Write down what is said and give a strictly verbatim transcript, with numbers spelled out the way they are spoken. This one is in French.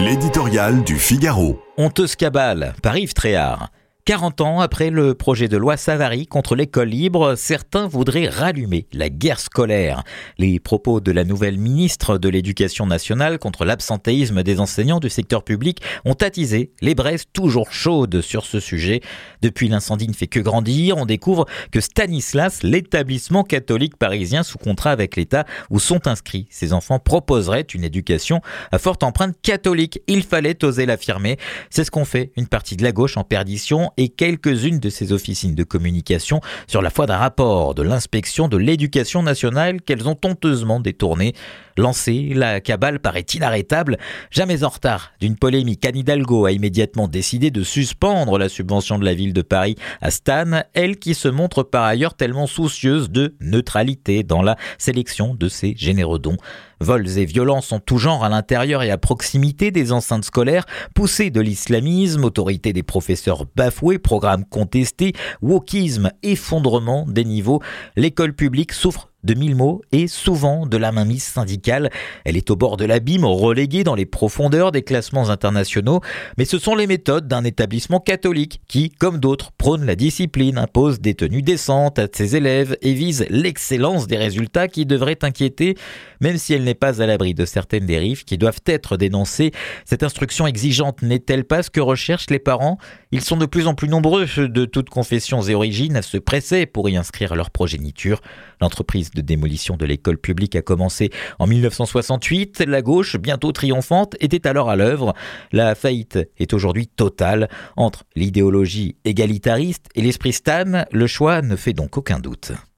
L'éditorial du Figaro. Honteuse cabale par Yves Tréhard. quarante ans après le projet de loi Savary contre l'école libre, certains voudraient rallumer la guerre scolaire. Les propos de la nouvelle ministre de l'Éducation nationale contre l'absentéisme des enseignants du secteur public ont attisé les braises toujours chaudes sur ce sujet. Depuis, l'incendie ne fait que grandir. On découvre que Stanislas, l'établissement catholique parisien sous contrat avec l'État où sont inscrits ces enfants, proposerait une éducation à forte empreinte catholique. Il fallait oser l'affirmer. C'est ce qu'ont fait une partie de la gauche en perdition et quelques-unes de ces officines de communication sur la foi d'un rapport de l'inspection de l'éducation nationale qu'elles ont honteusement détourné. Lancée, la cabale paraît inarrêtable. Jamais en retard d'une polémique, Anne Hidalgo a immédiatement décidé de suspendre la subvention de la ville de Paris à Stan, elle qui se montre par ailleurs tellement soucieuse de neutralité dans la sélection de ses généreux dons. Vols et violences en tout genre à l'intérieur et à proximité des enceintes scolaires, poussée de l'islamisme, autorité des professeurs bafoués, programmes contestés, wokisme, effondrement des niveaux. L'école publique souffre de mille maux et souvent de la mainmise syndicale. Elle est au bord de l'abîme, reléguée dans les profondeurs des classements internationaux. Mais ce sont les méthodes d'un établissement catholique qui, comme d'autres, prône la discipline, impose des tenues décentes à ses élèves et vise l'excellence des résultats qui devraient inquiéter, même si elle n'est pas à l'abri de certaines dérives qui doivent être dénoncées. Cette instruction exigeante n'est-elle pas ce que recherchent les parents ? Ils sont de plus en plus nombreux, de toutes confessions et origines, à se presser pour y inscrire leur progéniture. L'entreprise de démolition de l'école publique a commencé en dix-neuf cent soixante-huit. La gauche, bientôt triomphante, était alors à l'œuvre. La faillite est aujourd'hui totale. Entre l'idéologie égalitariste et l'esprit Stan, le choix ne fait donc aucun doute.